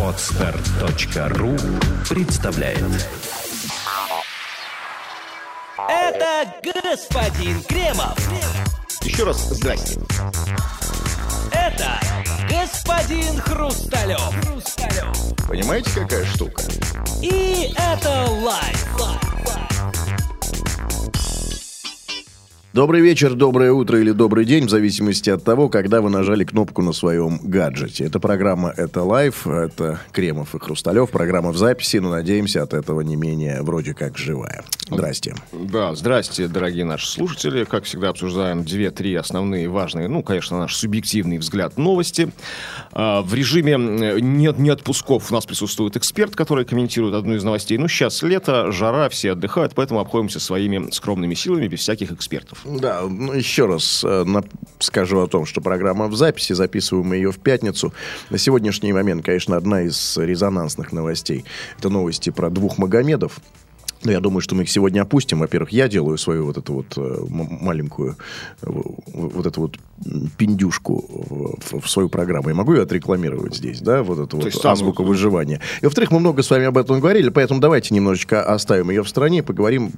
Podster.ru представляет. Это господин Кремов. Еще раз здрасте. Это господин Хрусталев. Понимаете, какая штука? И это лайв. Добрый вечер, доброе утро или добрый день, в зависимости от того, когда вы нажали кнопку на своем гаджете. Это программа «Это лайв», это Кремов и Хрусталев, программа в записи, но, надеемся, от этого не менее вроде как живая. Здрасте. Да, здрасте, дорогие наши слушатели. Как всегда, обсуждаем 2-3 основные важные, конечно, наш субъективный взгляд новости. В режиме не отпусков у нас присутствует эксперт, который комментирует одну из новостей. Сейчас лето, жара, все отдыхают, поэтому обходимся своими скромными силами без всяких экспертов. Да, еще раз скажу о том, что программа в записи, записываем мы ее в пятницу. На сегодняшний момент, конечно, одна из резонансных новостей — это новости про двух Магомедов. Но я думаю, что мы их сегодня опустим. Во-первых, я делаю свою вот эту вот маленькую вот эту вот пиндюшку в свою программу. Я могу ее отрекламировать здесь, да? Вот эту вот азбуку выживания. И, во-вторых, мы много с вами об этом говорили, поэтому давайте немножечко оставим ее в стороне и поговорим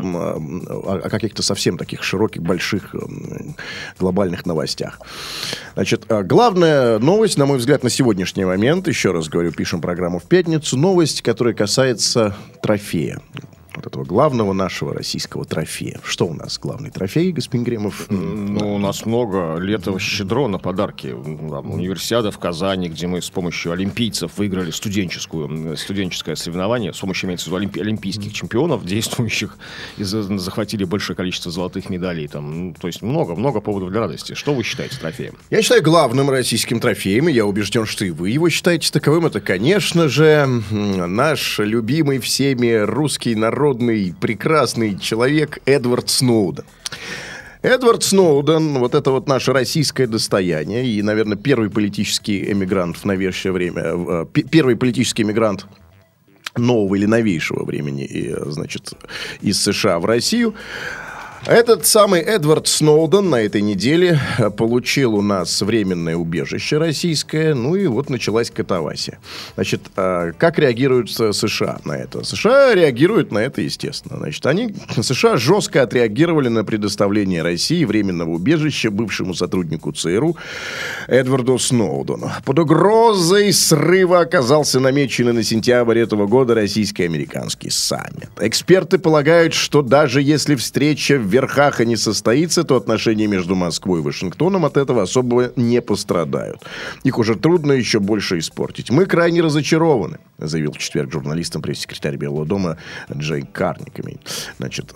о каких-то совсем таких широких, больших, глобальных новостях. Значит, главная новость, на мой взгляд, на сегодняшний момент, еще раз говорю, пишем программу в пятницу, новость, которая касается трофея. Вот этого главного нашего российского трофея. Что у нас главный трофей, господин Кремов? У нас много. Лето щедро на подарки. Универсиада в Казани, где мы с помощью олимпийцев выиграли студенческое соревнование. С помощью, имеется в виду, олимпийских чемпионов, действующих, и захватили большое количество золотых медалей. То есть много поводов для радости. Что вы считаете трофеем? Я считаю главным российским трофеем, и я убежден, что и вы его считаете таковым. Это, конечно же, наш любимый всеми русский народный прекрасный человек Эдвард Сноуден. Эдвард Сноуден, вот это вот наше российское достояние, и, наверное, первый политический эмигрант в новейшее время, первый политический эмигрант нового или новейшего времени, значит, из США в Россию. Этот самый Эдвард Сноуден на этой неделе получил у нас временное убежище российское, и вот началась катавасия. Значит, как реагируют США на это? США реагируют на это, естественно. Значит, США жестко отреагировали на предоставление России временного убежища бывшему сотруднику ЦРУ Эдварду Сноудену. Под угрозой срыва оказался намеченный на сентябрь этого года российско-американский саммит. Эксперты полагают, что даже если встреча в верхах и не состоится, то отношения между Москвой и Вашингтоном от этого особо не пострадают. Их уже трудно еще больше испортить. Мы крайне разочарованы, заявил в четверг журналистам пресс-секретарь Белого дома Джей Карни. Значит,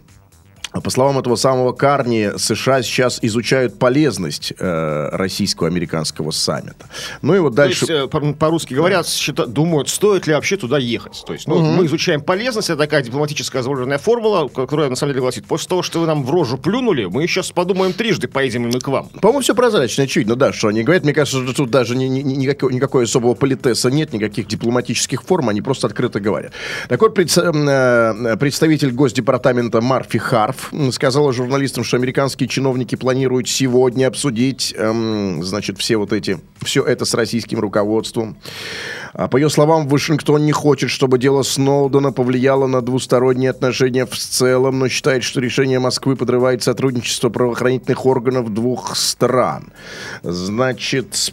по словам этого самого Карни, США сейчас изучают полезность российско-американского саммита. И вот дальше... То есть, по-русски говоря, думают, стоит ли вообще туда ехать. То есть, мы изучаем полезность, это такая дипломатическая заложенная формула, которая на самом деле гласит: после того, что вы нам в рожу плюнули, мы сейчас подумаем трижды, поедем ли мы к вам. По-моему, все прозрачно, очевидно, да, что они говорят. Мне кажется, что тут даже никакой особого политеса нет, никаких дипломатических форм, они просто открыто говорят. Так вот, представитель Госдепартамента Марфи Харф сказала журналистам, что американские чиновники планируют сегодня обсудить, значит, все это с российским руководством. По ее словам, Вашингтон не хочет, чтобы дело Сноудена повлияло на двусторонние отношения в целом, но считает, что решение Москвы подрывает сотрудничество правоохранительных органов двух стран. Значит...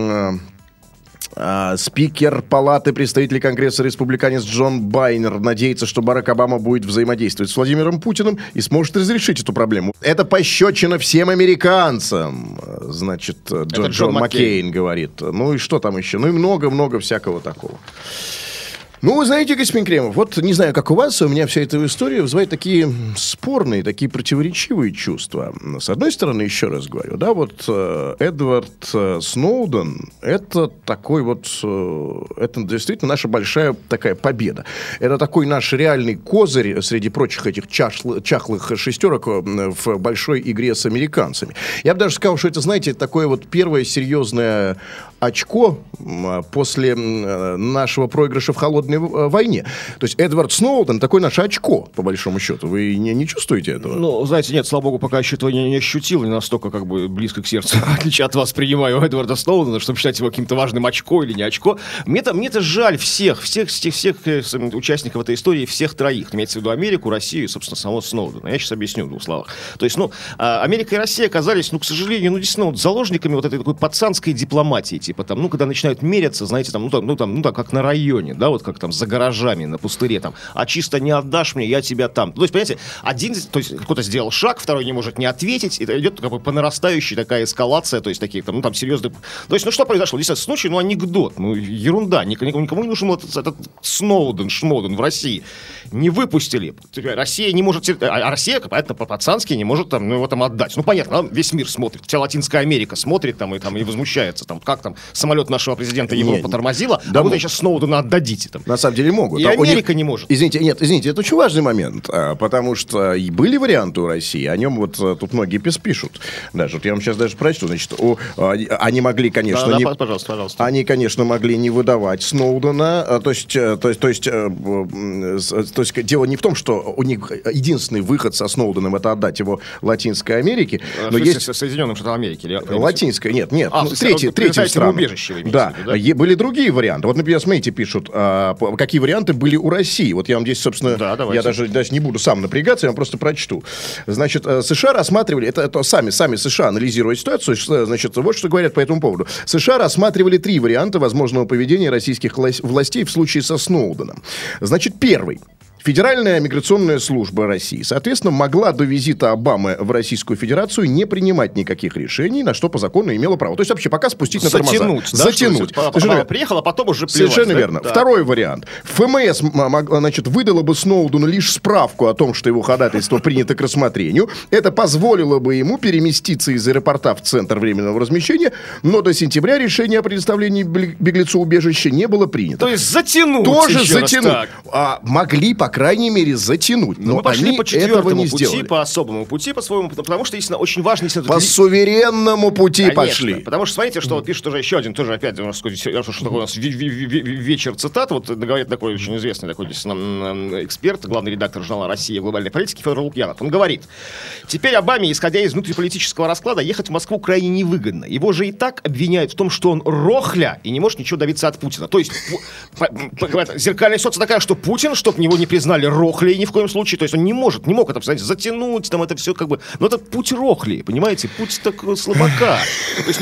Спикер Палаты представителей Конгресса республиканец Джон Байнер надеется, что Барак Обама будет взаимодействовать с Владимиром Путиным и сможет разрешить эту проблему. Это пощечина всем американцам, значит, Джон Маккейн говорит. И что там еще? И много-много всякого такого. Вы знаете, господин Кремов, вот не знаю, как у вас, у меня вся эта история вызывает такие спорные, такие противоречивые чувства. С одной стороны, еще раз говорю, да, вот Эдвард Сноуден, это такой вот, это действительно наша большая такая победа. Это такой наш реальный козырь среди прочих этих чахлых шестерок в большой игре с американцами. Я бы даже сказал, что это, знаете, такое вот первое серьезное очко после нашего проигрыша в холодной войне. То есть Эдвард Сноуден такой наше очко, по большому счету. Вы не чувствуете этого? Ну, знаете, нет, слава богу, пока еще этого не ощутил, не настолько как бы близко к сердцу. В отличие от вас принимаю Эдварда Сноудена, чтобы считать его каким-то важным очко или не очко. Мне-то жаль всех участников этой истории, всех троих. Имеется в виду Америку, Россию и, собственно, самого Сноудена. Я сейчас объясню в двух словах. То есть, Америка и Россия оказались, к сожалению, действительно, заложниками вот этой такой пацанской дипломатии. Типа там, когда начинают меряться, знаете, как на районе, да, вот как там за гаражами, на пустыре, там, а чисто не отдашь мне, я тебя там. То есть, понимаете, кто-то сделал шаг, второй не может не ответить, и идет как бы по нарастающей такая эскалация, то есть, такие там, серьезные... То есть, что произошло? Здесь случай, анекдот, ерунда, никому не нужен этот Сноуден в России. Не выпустили. Россия не может... А Россия, понятно, по-пацански не может его там отдать. Понятно, весь мир смотрит, вся Латинская Америка смотрит и возмущается, как там самолет нашего президента Европа тормозила, а вы сейчас Сноудена отдадите. На самом деле могут. И Америка не может. Извините, это очень важный момент, потому что и были варианты у России, о нем тут многие пишут. Даже вот я вам сейчас даже прочту. Значит, они могли, конечно, пожалуйста. Они, конечно, могли не выдавать Сноудена. То есть дело не в том, что у них единственный выход со Сноуденом — это отдать его Латинской Америке. Но есть Соединенным Штатам Америки. Латинская, нет. Третья страна. Да, были другие варианты. Вот, например, смотрите, пишут, какие варианты были у России. Вот я вам здесь, собственно, я даже не буду сам напрягаться, я вам просто прочту. Значит, США рассматривали, это сами США, анализируя ситуацию, значит, вот что говорят по этому поводу. США рассматривали 3 варианта возможного поведения российских властей в случае со Сноуденом. Значит, первый. Федеральная миграционная служба России, соответственно, могла до визита Обамы в Российскую Федерацию не принимать никаких решений, на что по закону имела право. То есть вообще пока спустить на тормоза. Затянуть. Приехала, потом уже плевать. Совершенно верно. Да. Второй вариант. ФМС, выдала бы Сноудену лишь справку о том, что его ходатайство принято к рассмотрению. Это позволило бы ему переместиться из аэропорта в центр временного размещения, но до сентября решение о предоставлении беглецу убежища не было принято. То есть затянуть. Тоже затянуть. Могли, по крайней мере, затянуть. Но они по этого не сделали. По особому пути, по-своему, потому что, естественно, очень важно... По суверенному пути пошли. Потому что, смотрите, что пишет уже еще один, тоже опять, что такое у нас вечер цитат, вот говорит такой очень известный такой эксперт, главный редактор журнала «Россия. Глобальной политики» Федор Лукьянов. Он говорит: теперь Обаме, исходя из внутриполитического расклада, ехать в Москву крайне невыгодно. Его же и так обвиняют в том, что он рохля и не может ничего добиться от Путина. То есть зеркальная ситуация такая, что Путин, чтобы его не признали рохлей ни в коем случае, то есть он не мог это, знаете, затянуть, это все как бы... Но это путь рохли, понимаете, путь такого слабака. То есть,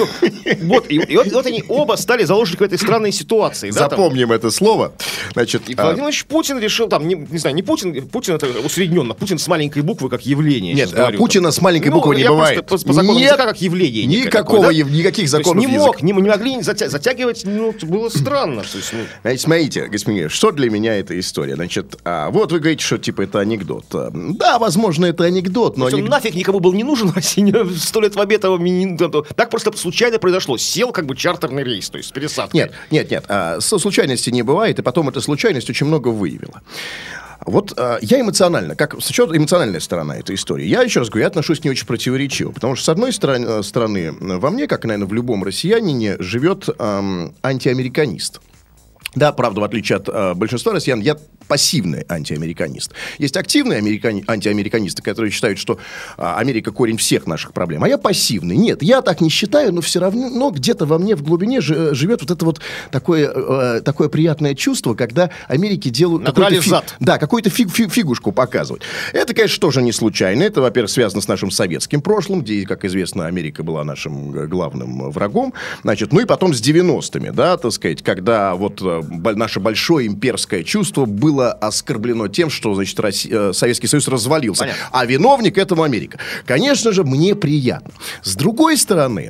вот они оба стали заложниками этой странной ситуации. Запомним это слово. Значит, и Владимир Владимирович Путин решил, не знаю, не Путин это усредненно, Путин с маленькой буквы как явление. Нет, Путина с маленькой буквы не бывает. По закону языка как явление. Никаких законов языка. Не могли затягивать, было странно. Значит, смотрите, господин, что для меня эта история? Значит, вот вы говорите, что типа это анекдот. Да, возможно, это анекдот, но... Он нафиг никому был не нужен, 100 лет в обед так просто случайно произошло. Сел как бы чартерный рейс, то есть пересадка. Нет. Случайности не бывает, и потом эта случайность очень много выявила. Вот я эмоционально, эмоциональная сторона этой истории, я еще раз говорю, я отношусь к ней очень противоречиво, потому что, с одной стороны, во мне, как, наверное, в любом россиянине, живет антиамериканист. Да, правда, в отличие от большинства россиян, я пассивный антиамериканист. Есть активные антиамериканисты, которые считают, что Америка корень всех наших проблем. А я пассивный. Нет, я так не считаю, но все равно где-то во мне в глубине живет вот это вот такое приятное чувство, когда Америке делают какую-то фигушку показывать. Это, конечно, тоже не случайно. Это, во-первых, связано с нашим советским прошлым, где, как известно, Америка была нашим главным врагом. Значит, и потом с 90-ми, да, так сказать, когда вот наше большое имперское чувство было оскорблено тем, что, значит, Советский Союз развалился. Понятно. А виновник этого Америка. Конечно же, мне приятно. С другой стороны,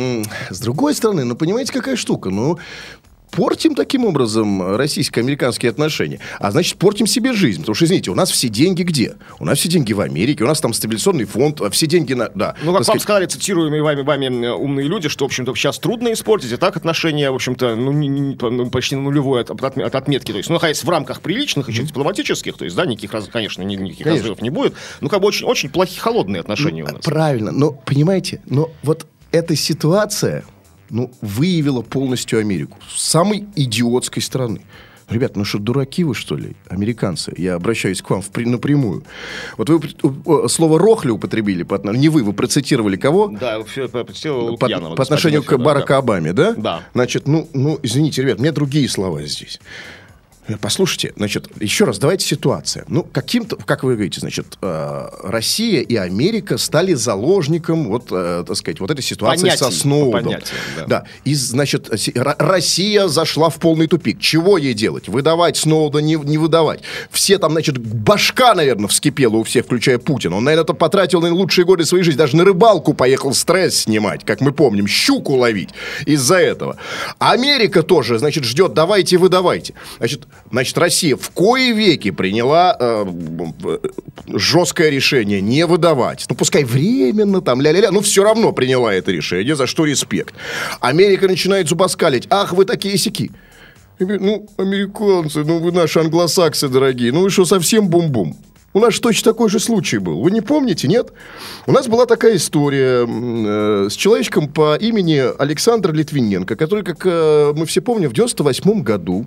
понимаете, какая штука? Портим таким образом российско-американские отношения, а значит, портим себе жизнь. Потому что, извините, у нас все деньги где? У нас все деньги в Америке, у нас там стабилизационный фонд, все деньги на... Да, как вам сказали, цитируемые вами умные люди, что, в общем-то, сейчас трудно испортить, и так отношения, в общем-то, почти на нулевой от отметки. То есть, находясь в рамках приличных, еще дипломатических, то есть, да, никаких разрывов не будет, очень, очень плохие, холодные отношения у нас. Правильно, но, понимаете, вот эта ситуация... выявила полностью Америку. С самой идиотской страны. Ребят, что, дураки вы, что ли, американцы? Я обращаюсь к вам напрямую. Вот вы слово «рохли» употребили, не вы процитировали кого? Да, процитировал Лукьянова. По отношению к Бараку Обаме, да? Да. Значит, извините, ребят, у меня другие слова здесь. Послушайте, еще раз, давайте ситуация. Каким-то, как вы говорите, Россия и Америка стали заложником этой ситуации со Сноуденом. Да. И, Россия зашла в полный тупик. Чего ей делать? Выдавать Сноудена, не выдавать? Все там, башка, наверное, вскипела у всех, включая Путина. Он, наверное, потратил лучшие годы своей жизни. Даже на рыбалку поехал стресс снимать, как мы помним, щуку ловить из-за этого. Америка тоже, ждет, давайте, выдавайте. Россия в кои веки приняла жесткое решение не выдавать. Пускай временно, но все равно приняла это решение, за что респект. Америка начинает зубоскалить. Ах, вы такие-сяки. Американцы, вы наши англосаксы дорогие. Вы что, совсем бум-бум? У нас точно такой же случай был. Вы не помните, нет? У нас была такая история с человечком по имени Александр Литвиненко, который, как мы все помним, в 98 году,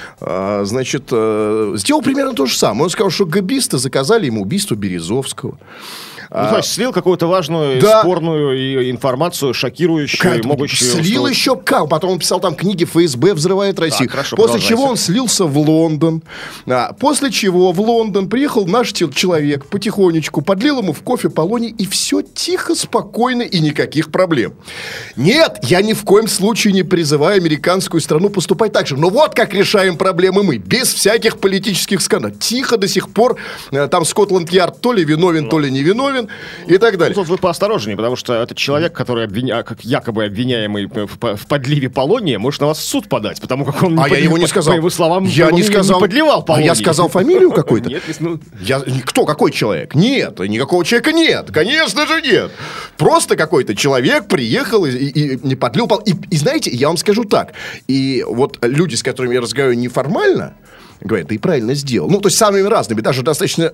сделал примерно то же самое. Он сказал, что гэбисты заказали ему убийство Березовского. Слил какую-то важную, спорную информацию, шокирующую, могущую... Слил еще как? Потом он писал там книги «ФСБ взрывает Россию». После чего он слился в Лондон. После чего в Лондон приехал наш человек потихонечку, подлил ему в кофе полоний, и все тихо, спокойно и никаких проблем. Нет, я ни в коем случае не призываю американскую страну поступать так же. Но вот как решаем проблемы мы, без всяких политических скандалов. Тихо до сих пор там Скотланд-Ярд то ли виновен, то ли не виновен. И так далее. Тут вы поосторожнее, потому что этот человек, который как якобы обвиняемый в подливе полония, может на вас в суд подать, потому как он, я его не сказал. По его словам, я не подливал полоний. Я сказал фамилию какой-то? Нет, Кто, какой человек? Нет, никакого человека нет. Конечно же нет. Просто какой-то человек приехал и не подлил полоний. И знаете, я вам скажу так. И вот люди, с которыми я разговариваю неформально, говорят, ты правильно сделал. То есть самыми разными, даже достаточно,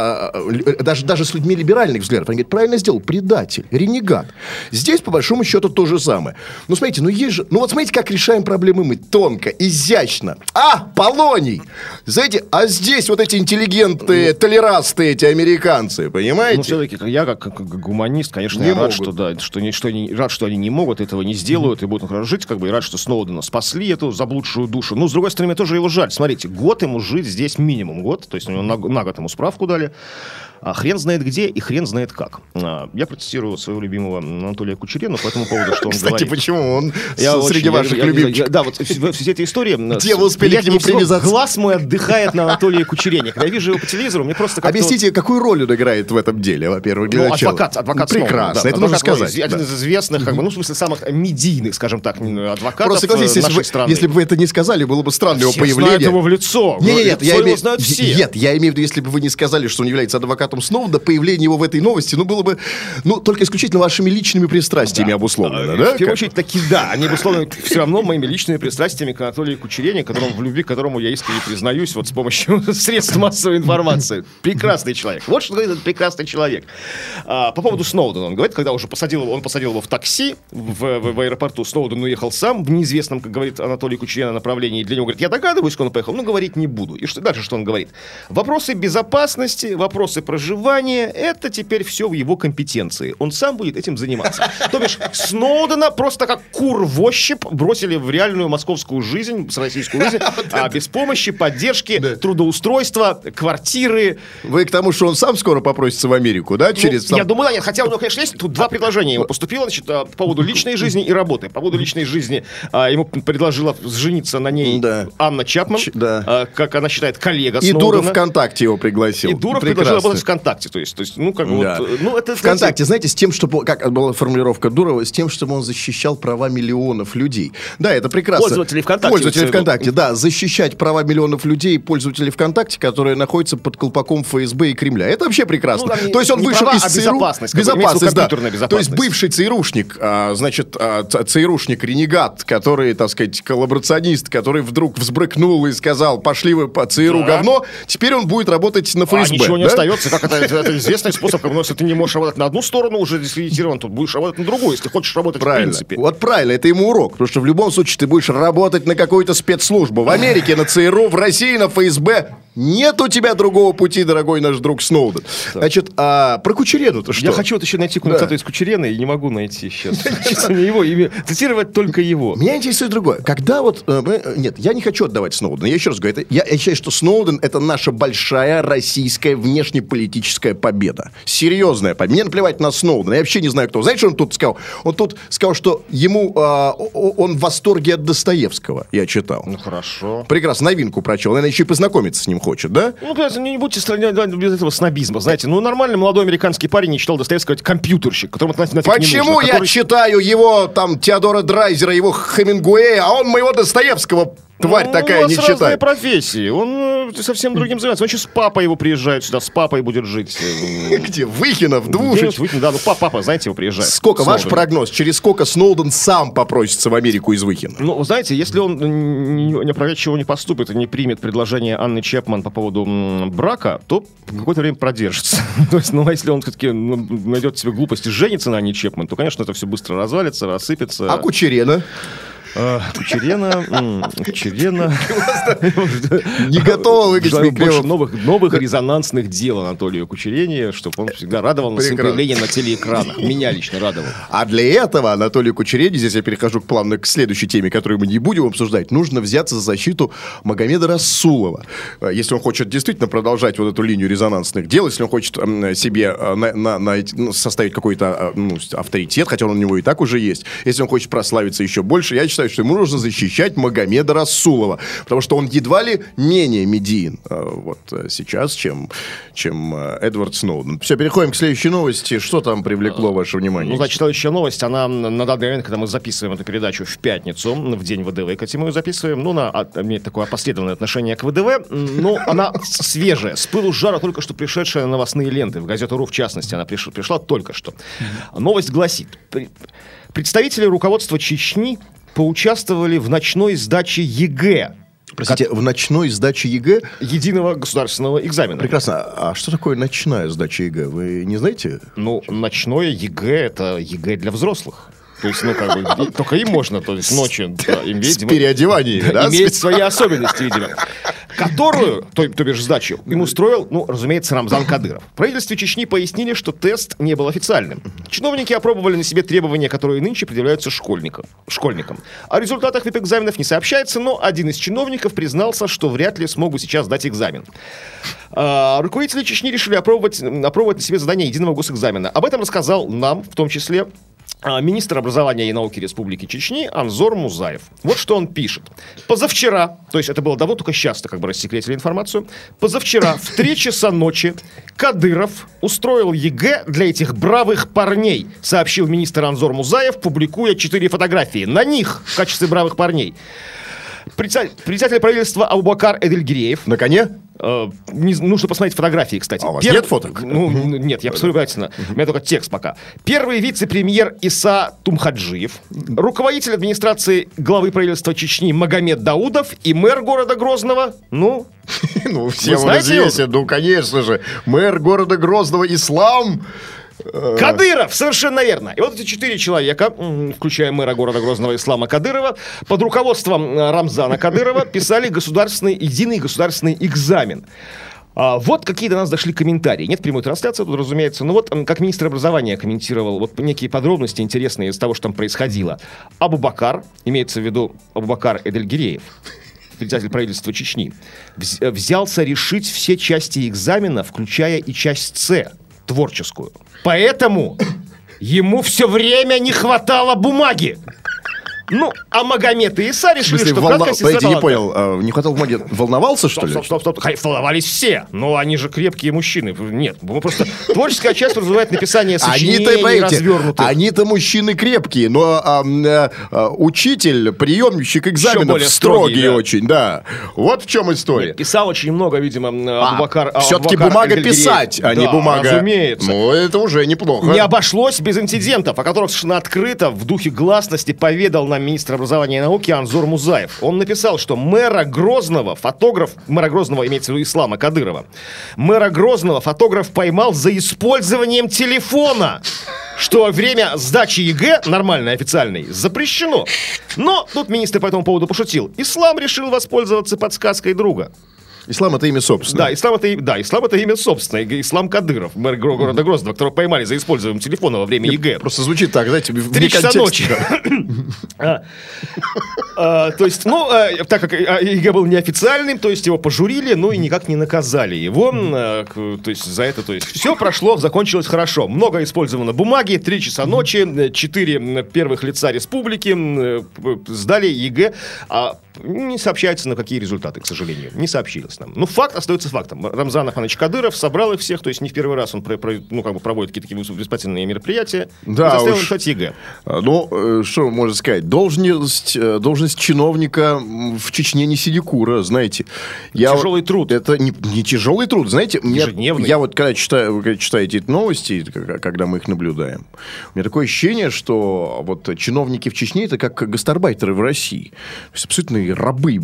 даже с людьми либеральных взглядов. Они говорят, правильно сделал, предатель, ренегат. Здесь, по большому счету, то же самое. Смотрите, есть же... смотрите, как решаем проблемы мы. Тонко, изящно. Полоний! Знаете, а здесь вот эти интеллигенты, толерасты эти американцы, понимаете? Все-таки я, как гуманист, конечно, я рад, что они не могут, этого не сделают, и будут жить, и рад, что Сноудена спасли, эту заблудшую душу. Но, с другой стороны, мне тоже его жаль. Смотрите, год ему жить здесь минимум год, то есть у него на год ему справку дали. Хрен знает где и хрен знает как. Я процитирую своего любимого Анатолия Кучеренова по этому поводу, что он говорит. Кстати, почему он среди ваших любимчиков? Да, вот все этой истории... Где вы успели к нему привязаться? Глаз мой отдыхает на Анатолии Кучерене. Когда я вижу его по телевизору, мне просто как-то... Объясните, какую роль он играет в этом деле, во-первых, для начала? Адвокат прекрасно, это нужно сказать. Один из известных, в смысле, самых медийных, скажем так, адвокатов нашей страны. Если бы вы это не сказали, было бы странно его появление. Все знают его в лицо. Нет, я имею в виду, если бы вы не сказали, что он является адвокатом Сноудена, появление его в этой новости, было бы, только исключительно вашими личными пристрастиями обусловлено, да? В первую очередь, таки да, они обусловлены все равно моими личными пристрастиями к Анатолию Кучерене, в любви к которому я искренне признаюсь с помощью средств массовой информации. Прекрасный человек. Вот что говорит этот прекрасный человек. По поводу Сноудена. Он говорит, когда уже посадил его в такси в аэропорту, Сноуден уехал сам в неизвестном, как говорит Анатолий Кучерена, направлении. Для него говорит, я догадываюсь, куда он поехал, но говорить не буду. И дальше что он говорит? Вопросы безопасности, вопросы проживания, это теперь все в его компетенции. Он сам будет этим заниматься. То бишь, Сноудена просто как кур в ощупь бросили в реальную московскую жизнь, российскую жизнь, без помощи, поддержки, трудоустройства, квартиры. Вы к тому, что он сам скоро попросится в Америку, да? Я думаю, да, нет. Хотя у него, конечно, есть тут два предложения. Ему поступило, по поводу личной жизни и работы. По поводу личной жизни ему предложила жениться на ней Анна Чапман, как она считает, коллега Сноудена. И Дуров ВКонтакте его пригласил. И Дуров предложил работать ВКонтакте. То есть, это... ВКонтакте, знаете, с тем, чтобы, как была формулировка Дурова, с тем, чтобы он защищал права миллионов людей. Да, это прекрасно. Пользователи ВКонтакте, да, защищать права миллионов людей, пользователей ВКонтакте, которые находятся под колпаком ФСБ и Кремля. Это вообще прекрасно. То есть он вышел из ЦРУ... Безопасность, да. То есть бывший ЦРУшник, ЦРУшник-ренегат, который, так сказать, коллаборационист, который вдруг взбрыкнул и сказал, пошли вы по ЦРУ говно, теперь он будет работать на ФСБ. Ничего не остается, как Так это известный способ, если ты не можешь работать на одну сторону, уже дискредитирован, то будешь работать на другую, если хочешь работать в принципе. Вот правильно, это ему урок, потому что в любом случае ты будешь работать на какую-то спецслужбу. В Америке на ЦРУ, в России на ФСБ. Нет у тебя другого пути, дорогой наш друг Сноуден. Значит, а про Кучерену-то что? Я хочу вот еще найти комментатора из Кучерена, и не могу найти сейчас. Его имя. Цитировать только его. Меня интересует другое. Когда вот... Нет, я не хочу отдавать Сноудена. Я еще раз говорю, я считаю, что Сноуден — это наша большая российская внешнеполитическая победа. Серьезная победа. Мне наплевать на Сноудена. Я вообще не знаю, кто. Знаете, что он тут сказал? Он тут сказал, что ему... он в восторге от Достоевского, я читал. Ну, хорошо. Прекрасно, новинку прочел. Наверное, еще и познакомиться с ним хочет, да? Ну, не будьте сравнивать без этого снобизма. Знаете, нормальный молодой американский парень не читал Достоевского, это компьютерщик, которому нафиг Почему не нужно, я читаю его, там, Теодора Драйзера, его Хемингуэя, а он моего Достоевского... Тварь такая не читает. У вас разные профессии. Он совсем другим занимается. Он сейчас с папой его приезжает сюда, с папой будет жить. Где? Выхино, в Двушич? Да, ну папа, знаете, его приезжает. Сколько, ваш прогноз, через сколько Сноуден сам попросится в Америку из Выхина? Ну, знаете, если он неопроверчиво не поступит и не примет предложение Анны Чепман по поводу брака, то какое-то время продержится. То есть, ну, если он все-таки найдет себе глупость и женится на Анне Чепман, то, конечно, это все быстро развалится, рассыпется. А Кучерена? Кучерена. Не готова выиграть больше новых резонансных дел Анатолию Кучерене, чтобы он всегда радовал на своим появлением на телеэкранах. Меня лично радовал. А для этого Анатолию Кучерене, здесь я перехожу плавно к следующей теме, которую мы не будем обсуждать, нужно взяться за защиту Магомеда Расулова. Если он хочет действительно продолжать вот эту линию резонансных дел, если он хочет себе составить какой-то авторитет, хотя он у него и так уже есть, если он хочет прославиться еще больше, я считаю, что ему нужно защищать Магомеда Расулова, потому что он едва ли менее медиен вот сейчас, чем Эдвард Сноуден. Все, переходим к следующей новости. Что там привлекло ваше внимание? Ну, значит, следующая новость, она на данный момент, когда мы записываем эту передачу в пятницу, в день ВДВ, кстати, мы ее записываем, имеет такое последовательное отношение к ВДВ, но она свежая, с пылу с жара только что пришедшая на новостные ленты, в газету РУ в частности, она пришла только что. Новость гласит: представители руководства Чечни поучаствовали в ночной сдаче ЕГЭ. Простите, в ночной сдаче ЕГЭ? Единого государственного экзамена. Прекрасно. А что такое ночная сдача ЕГЭ? Вы не знаете? Ну, ночное ЕГЭ — это ЕГЭ для взрослых. То есть, только им можно, то есть ночью. С переодеваниями, да? Имеет свои особенности, видимо. Которую, то бишь сдачу, им устроил, разумеется, Рамзан Кадыров. В правительстве Чечни пояснили, что тест не был официальным. Чиновники опробовали на себе требования, которые нынче предъявляются школьникам. О результатах вип-экзаменов не сообщается, но один из чиновников признался, что вряд ли смог бы сейчас сдать экзамен. Руководители Чечни решили опробовать на себе задание единого госэкзамена. Об этом рассказал нам, в том числе, министр образования и науки Республики Чечни Анзор Музаев. Вот что он пишет. Позавчера, то есть это было давно, только сейчас рассекретили информацию, позавчера в 3 часа ночи Кадыров устроил ЕГЭ для этих бравых парней, сообщил министр Анзор Музаев, публикуя 4 фотографии. На них, в качестве бравых парней, председатель правительства Абубакар Эдельгиреев. На коне? Нужно посмотреть фотографии, кстати. А у вас нет фоток? Нет, я посмотрю обязательно. У меня только текст пока. Первый вице-премьер Иса Тумхаджиев, руководитель администрации главы правительства Чечни Магомед Даудов и мэр города Грозного, всем он известен, конечно же. Мэр города Грозного Ислам... Кадыров, совершенно верно. И вот эти 4 человека, включая мэра города Грозного Ислама Кадырова, под руководством Рамзана Кадырова писали единый государственный экзамен. Вот какие до нас дошли комментарии. Нет прямой трансляции тут, разумеется. Но вот как министр образования комментировал вот некие подробности интересные из того, что там происходило. Абубакар, имеется в виду Абубакар Эдельгиреев, председатель правительства Чечни, взялся решить все части экзамена, включая и часть С, творческую. Поэтому ему все время не хватало бумаги. А Магомед и Иса решили, что краткость и не понял, не хватало бумаги, волновался, что ли? Стоп. Волновались все, но они же крепкие мужчины. Нет, просто творческая часть вызывает написание сочинений развернутых. Они-то мужчины крепкие, но учитель, приемщик экзаменов строгий очень, да. Вот в чем история. Нет, писал очень много, видимо, Абубакар. Все-таки бумага писать, а не бумага. Разумеется. Это уже неплохо. Не обошлось без инцидентов, о которых совершенно открыто, в духе гласности поведал нам замминистра образования и науки Анзор Музаев. Он написал, что мэра Грозного имеется в виду Ислама Кадырова, мэра Грозного фотограф поймал за использованием телефона, что во время сдачи ЕГЭ, нормальной, официальной, запрещено. Но тут министр по этому поводу пошутил. Ислам решил воспользоваться подсказкой друга. Ислам — это имя собственное. Да, ислам это имя собственное. Ислам Кадыров, мэр города Грозного, которого поймали за использованием телефона во время ЕГЭ. Просто звучит так, знаете, в 3 часа ночи. То есть, так как ЕГЭ был неофициальным, то есть его пожурили, и никак не наказали его. То есть за это, все прошло, закончилось хорошо. Много использовано бумаги, 3 часа ночи, 4 первых лица республики сдали ЕГЭ, не сообщается, на какие результаты, к сожалению. Не сообщилось нам. Факт остается фактом. Рамзан Ахманович Кадыров собрал их всех, то есть не в первый раз он проводит какие-то такие воспитательные мероприятия, и заставил им сдать ЕГЭ. Что можно сказать? Должность чиновника в Чечне не синекура, знаете. Тяжелый труд. Это не тяжелый труд, знаете. Ежедневный. Я когда читаете эти новости, когда мы их наблюдаем, у меня такое ощущение, что чиновники в Чечне — это как гастарбайтеры в России. То есть абсолютно рабы,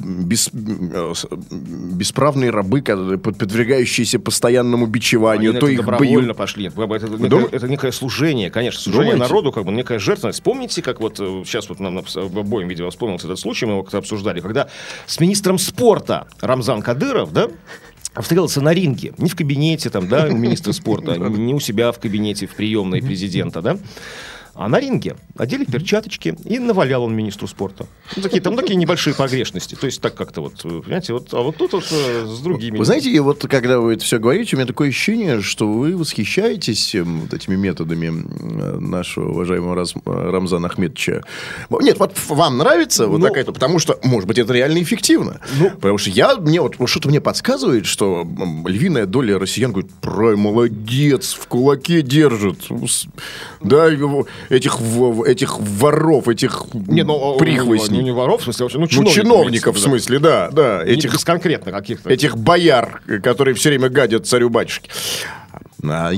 бесправные рабы, подвергающиеся постоянному бичеванию. Они то их добровольно пошли. Это некое служение, конечно. Служение народу, некая жертвенность. Помните, как сейчас нам обоим, видимо, вспомнился этот случай, мы его как-то обсуждали, когда с министром спорта Рамзан Кадыров, встретился на ринге. Не в кабинете, у министра спорта, не у себя в кабинете, в приемной президента, а на ринге одели перчаточки, и навалял он министру спорта. Такие небольшие погрешности. То есть так как-то понимаете, а тут с другими. Вы знаете, когда вы это все говорите, у меня такое ощущение, что вы восхищаетесь этими методами нашего уважаемого Рамзана Ахметовича. Нет, вам нравится такая-то, потому что, может быть, это реально эффективно. Потому что что-то мне подсказывает, что львиная доля россиян говорит: молодец, в кулаке держит. Да, этих воров, этих прихвостней. Не воров, в смысле, вообще, чиновников, в смысле, да. Без конкретно каких-то. Этих бояр, которые все время гадят царю-батюшке. Я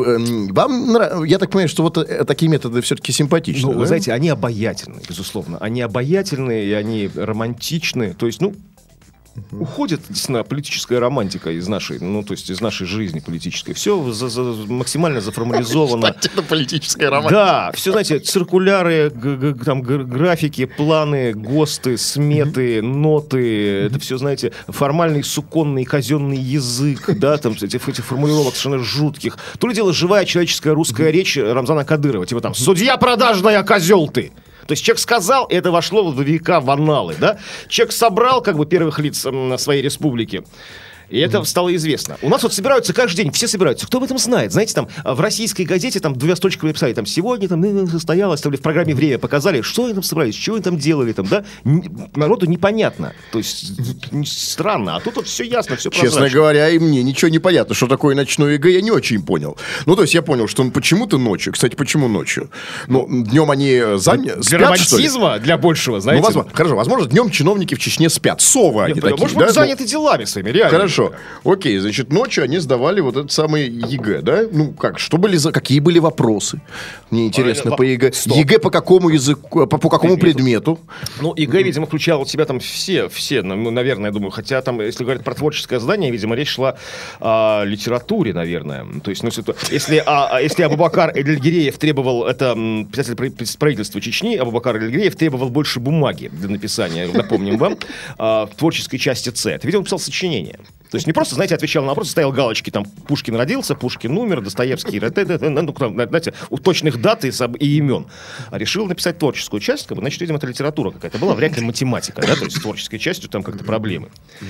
так понимаю, что такие методы все-таки симпатичны. Вы знаете, они обаятельны, безусловно. Они обаятельны, и они романтичны. То есть, уходит, действительно, политическая романтика из нашей, из нашей жизни политической. Все максимально заформализовано. Это политическая романтика. Да, все, знаете, циркуляры, графики, планы, ГОСТы, сметы, ноты. Это все, знаете, формальный, суконный, казенный язык, этих формулировок совершенно жутких. То ли дело живая человеческая русская речь Рамзана Кадырова. Типа «Судья продажная, козел ты!» То есть человек сказал, и это вошло в века в анналы, да? Человек собрал первых лиц своей республики, и это стало известно. У нас собираются каждый день, все собираются. Кто об этом знает? Знаете, в российской газете 2 строчки написали, сегодня состоялось, в программе «Время» показали, что они там собрались, что они там делали, народу непонятно. То есть странно, а тут все ясно, все прозрачно. Честно говоря, и мне ничего не понятно, что такое ночное ЕГЭ, я не очень понял. То есть я понял, что почему-то ночью. Кстати, почему ночью? Днем они спят, для романтизма, для большего, знаете. Возможно, днем чиновники в Чечне спят. Совы они такие, может быть, заняты делами своими, реально. Хорошо. Окей, значит, ночью они сдавали этот самый ЕГЭ, да? Какие были вопросы? Мне интересно, по ЕГЭ. Стоп. ЕГЭ по какому языку, по какому предмету? ЕГЭ, видимо, включало в себя все, наверное, я думаю, хотя если говорить про творческое задание, видимо, речь шла о литературе, наверное. То есть, если Абубакар Эдельгиреев требовал, это писатель правительства Чечни, Абубакар Эдельгиреев требовал больше бумаги для написания, напомним вам, в творческой части С. Это, видимо, писал сочинение. То есть не просто, знаете, отвечал на вопрос, ставил галочки, Пушкин родился, Пушкин умер, Достоевский, знаете, у точных дат и имен. А решил написать творческую часть, значит, видимо, это литература какая-то была, вряд ли математика, то есть с творческой частью как-то проблемы.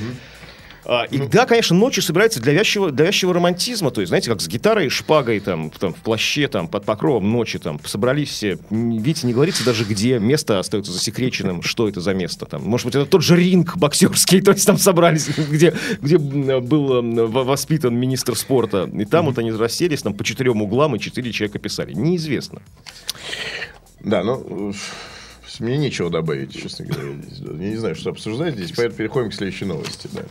И да, конечно, ночью собирается для вязчего романтизма, то есть, знаете, как с гитарой, шпагой, в плаще, под покровом ночи, собрались все, видите, не говорится даже где, место остается засекреченным, что это за место, может быть, это тот же ринг боксерский, то есть там собрались, где был воспитан министр спорта, и там они расселись, по 4 углам, и 4 человека писали, неизвестно. Да, мне нечего добавить, честно говоря. Я не знаю, что обсуждать здесь, поэтому переходим к следующей новости. Да.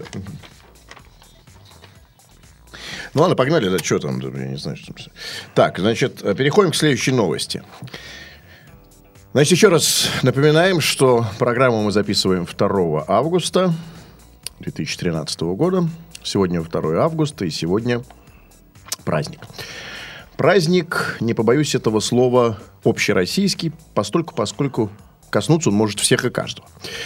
Ладно, погнали, что там, я не знаю, что там. Так, значит, переходим к следующей новости. Значит, еще раз напоминаем, что программу мы записываем 2 августа 2013 года. Сегодня 2 августа, и сегодня праздник. Праздник, не побоюсь этого слова, общероссийский, поскольку коснуться он может всех и каждого.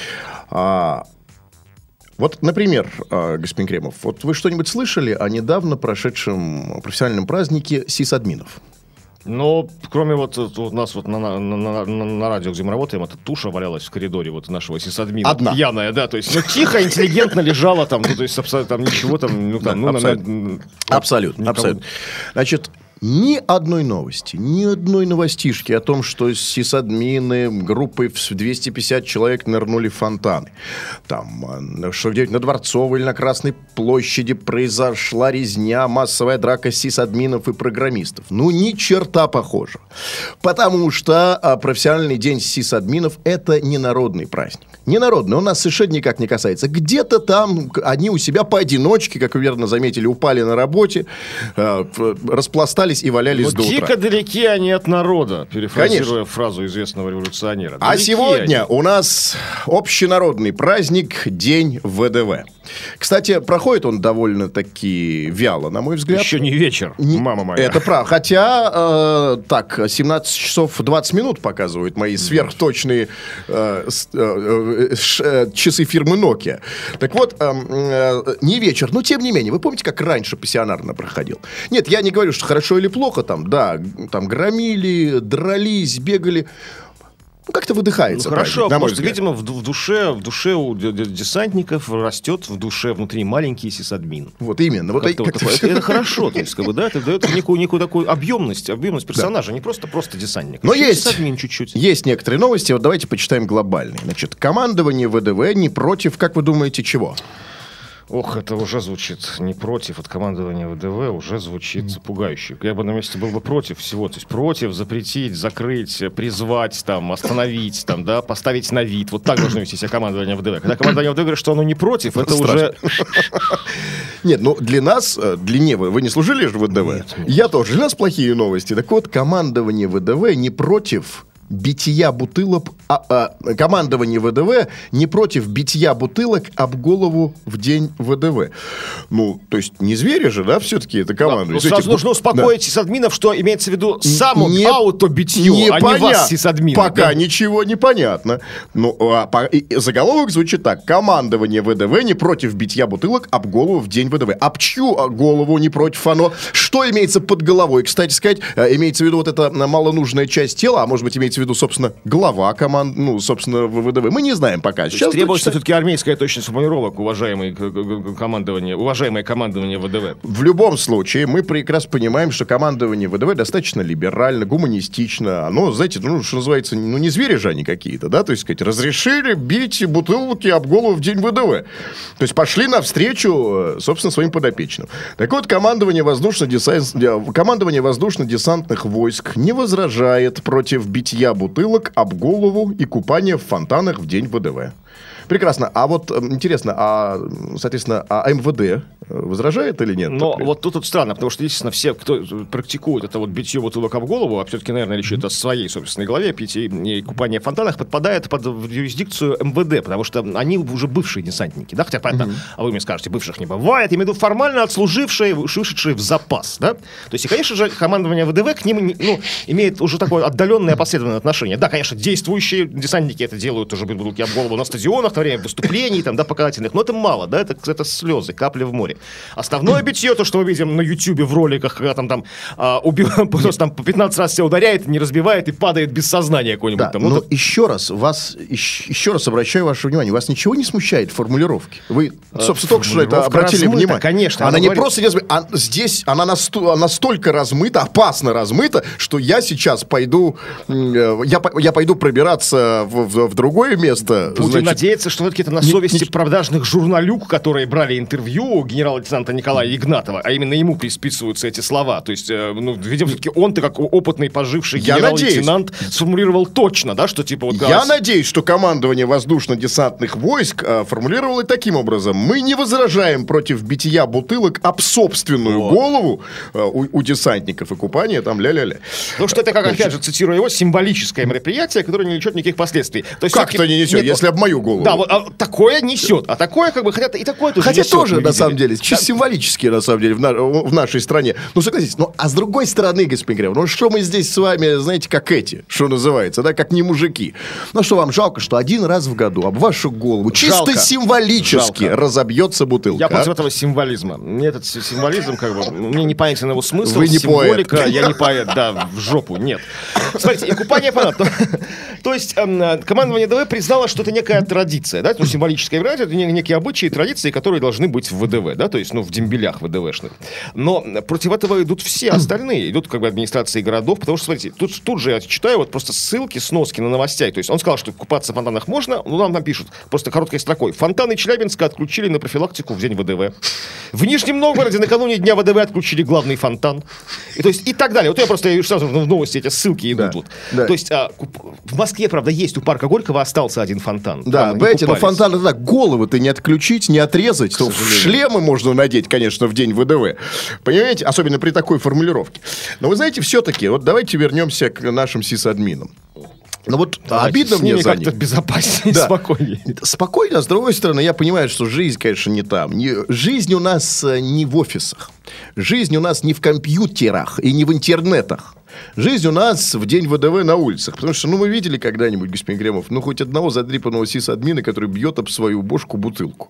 Вот, например, господин Кремов, вот вы что-нибудь слышали о недавно прошедшем профессиональном празднике сисадминов? Но кроме вот у нас вот на радио, где мы работаем, эта туша валялась в коридоре вот нашего сисадмина. Одна. Пьяная, да, то есть тихо, интеллигентно лежала там, ну, то есть там ничего там, Абсолютно. Значит, ни одной новости, ни одной новостишки о том, что сисадмины группой в 250 человек нырнули в фонтаны. Там, что где-нибудь на Дворцовой или на Красной площади произошла резня, массовая драка сисадминов и программистов. Ну, ни черта похожего. Потому что профессиональный день сисадминов – это не народный праздник. Не народный, он нас совершенно никак не касается. Где-то там они у себя поодиночке, как вы верно заметили, упали на работе, распластались и валялись до утра. Дико далеки они от народа, перефразируя фразу известного революционера. А сегодня у нас общенародный праздник День ВДВ. Кстати, проходит он довольно-таки вяло, на мой взгляд. Еще не вечер, мама моя. Это правда. Хотя, 17 часов 20 минут показывают мои сверхточные часы фирмы Nokia. Так вот, не вечер, но тем не менее. Вы помните, как раньше пассионарно проходил? Нет, я не говорю, что хорошо или плохо там. Да, там громили, дрались, бегали. Ну, как-то выдыхается. Ну, хорошо, потому что, видимо, в душе у десантников растет в душе внутри маленький сисадмин. Вот именно. Вот это хорошо. То есть, это дает некую такую объемность персонажа. Да. Не просто десантник. Но есть сисадмин чуть-чуть. Есть некоторые новости. Вот давайте почитаем глобальные. Значит, командование ВДВ не против, как вы думаете, чего? Ох, это уже звучит не против от командования ВДВ, уже звучит пугающе. Я бы на месте был бы против всего. То есть против запретить, закрыть, призвать, там, остановить, там, да, поставить на вид. Вот так должно вести себя командование ВДВ. Когда командование ВДВ говорит, что оно не против, это уже... Нет, ну для нас, вы не служили же в ВДВ? Нет. Я тоже. Для нас плохие новости. Так вот, командование ВДВ не против... битья бутылок, командование ВДВ не против битья бутылок об голову в день ВДВ. Ну, то есть не звери же, да, все-таки это командование. Да, сразу нужно успокоить сисадминов, что имеется в виду само аутобитье, а не вас, сисадмины. Пока ничего не понятно. Ну, заголовок звучит так. Командование ВДВ не против битья бутылок об голову в день ВДВ. Об чью голову не против оно? Что имеется под головой? Кстати сказать, имеется в виду вот эта малонужная часть тела, а может быть имеется в виду, собственно, глава команд, собственно, ВДВ. Мы не знаем пока. Сейчас требуется все-таки армейская точность формулировок, уважаемое командование ВДВ. В любом случае, мы прекрасно понимаем, что командование ВДВ достаточно либерально, гуманистично. Оно, знаете, что называется, не звери же они какие-то, да? То есть, сказать, разрешили бить бутылки об голову в день ВДВ. То есть, пошли навстречу, собственно, своим подопечным. Так вот, командование воздушно-десантных войск не возражает против битья бутылок об голову и купания в фонтанах в день ВДВ. Прекрасно. А вот интересно, соответственно, МВД возражает или нет? Но вот тут странно, потому что, естественно, все, кто практикует это вот битье бутылок об голову, а все-таки, наверное, речь идет о своей собственной голове, питье и купание в фонтанах, подпадает под юрисдикцию МВД, потому что они уже бывшие десантники, да, хотя, понятно, а вы мне скажете, бывших не бывает, я имею в виду формально отслужившие, вышедшие в запас, да? То есть, и, конечно же, командование ВДВ к ним, имеет уже такое отдаленное опосредованное отношение. Да, конечно, действующие десантники это делают, уже бутылки об голову на стадионах, во время выступлений, там, да, показательных, но это мало, да, это слезы, капли в море. Основное битье, то, что мы видим на Ютьюбе в роликах, когда там просто там по 15 раз себя ударяет, не разбивает и падает без сознания какой-нибудь. Да, там. Но еще раз обращаю ваше внимание, вас ничего не смущает формулировки? Вы, собственно, только что это обратили внимание. Конечно. Она не просто не размыта, здесь она настолько размыта, опасно размыта, что я сейчас пойду, я пойду пробираться в другое место. Будем надеяться, что это на совести продажных журналюк, которые брали интервью у генерала генерала-лейтенанта Николая Игнатова, а именно ему присписываются эти слова. То есть, видимо, все-таки он-то, как опытный, поживший генерал-лейтенант, сформулировал точно, да, что типа... Вот, Я надеюсь, что командование воздушно-десантных войск формулировало таким образом. Мы не возражаем против битья бутылок об собственную голову у десантников и купания там ля-ля-ля. Ну, что это, как, опять же, цитирую его, символическое мероприятие, которое не несет никаких последствий. То есть, как-то не несет, если об мою голову. Да, вот, такое несет, а такое, как бы, хотя и такое тоже хотя несет. Тоже, на самом деле, чисто символически, на самом деле, в нашей стране. Ну, согласитесь, а с другой стороны, господин Кремов, ну, что мы здесь с вами, знаете, как эти, что называется, да, как не мужики. Ну, что вам жалко, что один раз в году об вашу голову чисто символически разобьется бутылка. Я против этого символизма. Мне этот символизм, как бы, мне непонятен его смысл. Вы не символика, поэт. Я не поэт, да, в жопу, нет. Смотрите, и купание понятно. То есть, командование ДВ признало, что это некая традиция, да, ну, символическое мероприятие, это некие обычаи и традиции, которые должны быть в ВДВ, да, то есть, в дембелях ВДВшных. Но против этого идут все остальные, идут, как бы, администрации городов, потому что, смотрите, тут же я читаю вот просто ссылки, сноски на новостях, то есть, он сказал, что купаться в фонтанах можно, но нам пишут просто короткой строкой: фонтаны Челябинска отключили на профилактику в день ВДВ. В Нижнем Новгороде накануне дня ВДВ отключили главный фонтан. И, то есть, и так далее. Вот я просто сразу в новости эти ссылки идут. Да, да. То есть, в Москве, правда, есть у парка Горького остался один фонтан. Да, понимаете, но фонтан, да, головы-то не отключить, не отрезать. То шлемы можно надеть, конечно, в день ВДВ. Понимаете? Особенно при такой формулировке. Но вы знаете, все-таки, вот давайте вернемся к нашим сисадминам. Ну вот обидно мне за них. Безопаснее, да. Спокойнее. Спокойно, а с другой стороны, я понимаю, что жизнь, конечно, не там. Жизнь у нас не в офисах. Жизнь у нас не в компьютерах и не в интернетах. Жизнь у нас в день ВДВ на улицах. Потому что, мы видели когда-нибудь, господин Кремов, хоть одного задрипанного сисадмина, который бьет об свою бошку бутылку.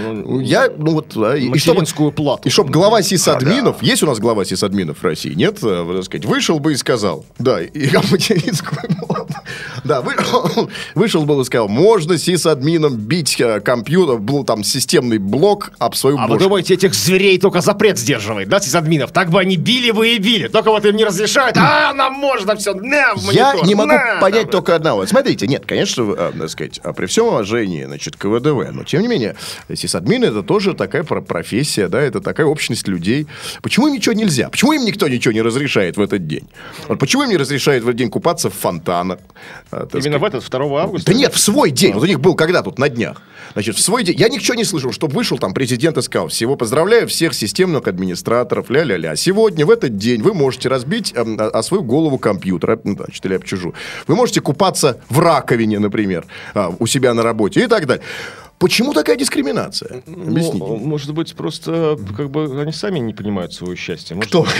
Материнскую плату. И чтоб глава сисадминов, есть у нас глава сисадминов в России, нет, так сказать, вышел бы и сказал, да, и материнскую плату. Да, вышел бы и сказал, можно сисадминам бить компьютер, там, системный блок об свою бошку. А вы думаете, этих зверей только запрет сдерживает, да, сисадминов? Так бы они били бы и били. Только вот им не разрешают, нам можно все, на, в монитор. Я не могу понять только одного. Смотрите, нет, конечно, так сказать, при всем уважении, значит, к ВДВ, но, тем не менее, сисадмины — это тоже такая профессия, да, это такая общность людей. Почему им ничего нельзя? Почему им никто ничего не разрешает в этот день? Вот почему им не разрешают в этот день купаться в фонтанах? Именно в этот 2 августа? Да нет, в свой день. Вот у них был когда тут, на днях. Значит, в свой день. Я ничего не слышал, чтобы вышел там президент и сказал: всего поздравляю всех системных администраторов, ля-ля-ля. Сегодня, в этот день, вы можете разбить о свою голову компьютер, значит, или об чужую. Вы можете купаться в раковине, например, у себя на работе и так далее. Почему такая дискриминация? Объясните. Может быть, просто как бы они сами не понимают своего счастья. Может, кто?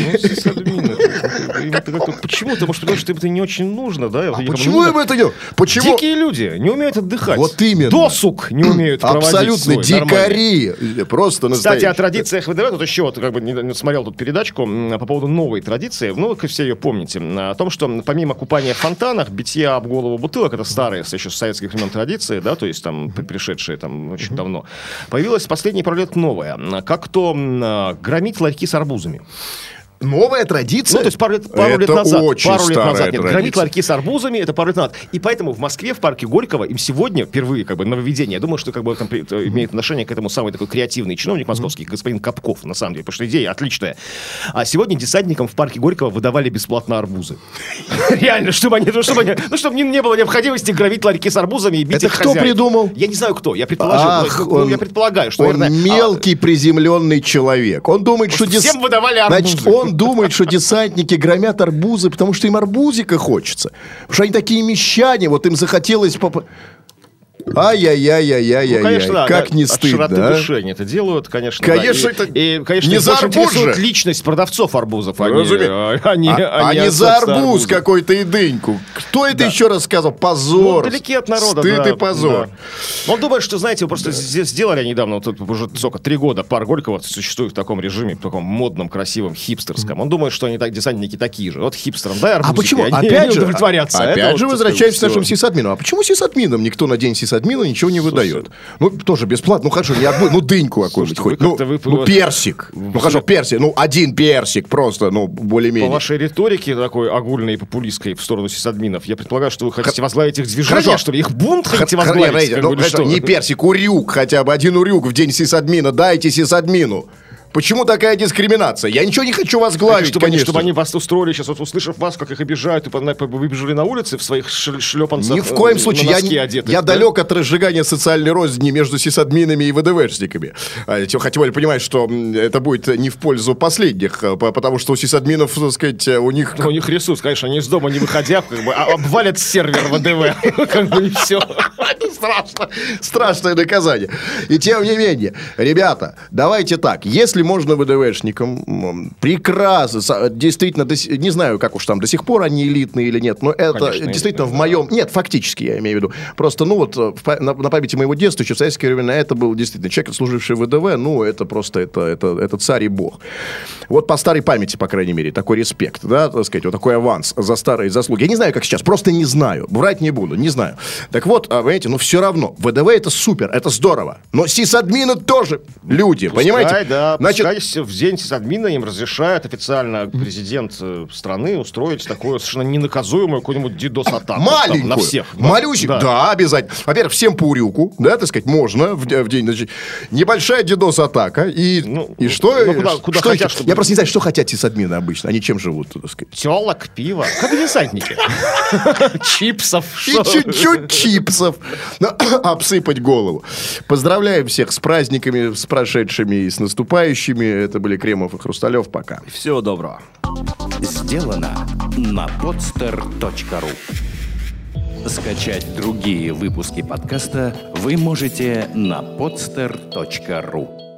Почему-то, может, потому что им это не очень нужно, да? Почему им это не нужно? Дикие люди не умеют отдыхать. Вот именно. Досуг не умеют проводить. Абсолютно дикари. Просто настоящие. Кстати, о традициях ВДВ, тут еще вот как бы не смотрел тут передачку по поводу новой традиции. Вы все ее помните. О том, что помимо купания в фонтанах, битья об голову бутылок, это старые еще с советских времен традиции, да, то есть там пришедшие там очень давно, появилась последние пару лет новая. Как то громить ларьки с арбузами. Новая традиция? То есть пару лет назад. Нет, громить ларьки с арбузами, это пару лет назад. И поэтому в Москве, в парке Горького, им сегодня впервые как бы нововведение. Я думаю, что как бы там имеет отношение к этому самый такой креативный чиновник московский, господин Капков, на самом деле, потому что идея отличная. А сегодня десантникам в парке Горького выдавали бесплатно арбузы. Реально, чтобы не было необходимости громить ларьки с арбузами и бить их хозяев. Это кто придумал? Я не знаю, кто. Я предполагаю, что... Он мелкий приземленный человек. Он думает, что... Всем выдавали арбузы. Он думает, что десантники громят арбузы, потому что им арбузика хочется. Потому что они такие мещане, вот им захотелось... Ай-яй-яй-яй-яй-яй. Конечно, как не стыдно. От широты души они это делают, конечно. Конечно, да. Конечно, не за арбуз же. Личность продавцов арбузов. А не за арбуз какой-то и дыньку. Кто это еще рассказывал? Позор. Далеки от народа. Стыд и позор. Он думает, что, знаете, просто сделали недавно, вот уже 3 года, парк Горького существует в таком режиме, в таком модном, красивом, хипстерском. Он думает, что они десантники такие же. Вот хипстерам дай арбузики. А почему? Опять же, возвращаясь к нашим сисадминам. А почему сисадминам никто на день сисадмина ничего не выдает? Тоже бесплатно. Хорошо, не одну, дыньку какую-нибудь хоть. Персик. Хорошо, персик. Один персик просто, более-менее. По вашей риторике такой огульной и популистской в сторону сисадминов, я предполагаю, что вы хотите возглавить их движение, что ли? Их бунт хотите возглавить? Не персик, урюк хотя бы. Один урюк в день сисадмина. Дайте сисадмину. Почему такая дискриминация? Я ничего не хочу вас гладить, конечно. Чтобы они вас устроили сейчас, вот услышав вас, как их обижают, и выбежали на улице в своих шлепанцах. Ни в коем случае. Я далек от разжигания социальной розни между сисадминами и ВДВшниками. Хотя бы понимать, что это будет не в пользу последних, потому что у сисадминов, так сказать, у них... У них ресурс, конечно, они из дома не выходя, как бы обвалят сервер ВДВ. Как бы и все. Это страшно. Страшное наказание. И тем не менее, ребята, давайте так. Если можно ВДВшникам прекрасно, действительно, не знаю, как уж там до сих пор они элитные или нет, но это конечно, действительно в моем... Нет, фактически, я имею в виду. Просто, ну вот, на памяти моего детства, еще в советские времена, это был действительно человек, служивший в ВДВ, ну, это просто, это царь и бог. Вот по старой памяти, по крайней мере, такой респект, да, так сказать, вот такой аванс за старые заслуги. Я не знаю, как сейчас, просто не знаю, врать не буду, не знаю. Так вот, понимаете, ну, все равно, ВДВ это супер, это здорово, но сисадмины тоже люди, пускай, понимаете? Да, значит, пускай в день сисадмина им разрешает официально президент страны устроить такое совершенно ненаказуемое какую-нибудь DDoS-атаку. Маленькую. На всех. Малюсенькую. Да, обязательно. Во-первых, всем по урюку, да, так сказать, можно в день. Значит, небольшая DDoS-атака. И что? Куда что хотят, чтобы... Я просто не знаю, что хотят сисадмины обычно. Они чем живут, так сказать? Телок, пиво. Как десантники. Чипсов. И чуть-чуть чипсов. Обсыпать голову. Поздравляем всех с праздниками, с прошедшими и с наступающими. Это были Кремов и Хрусталев. Пока. Всего доброго. Сделано на podster.ru. Скачать другие выпуски подкаста вы можете на podster.ru.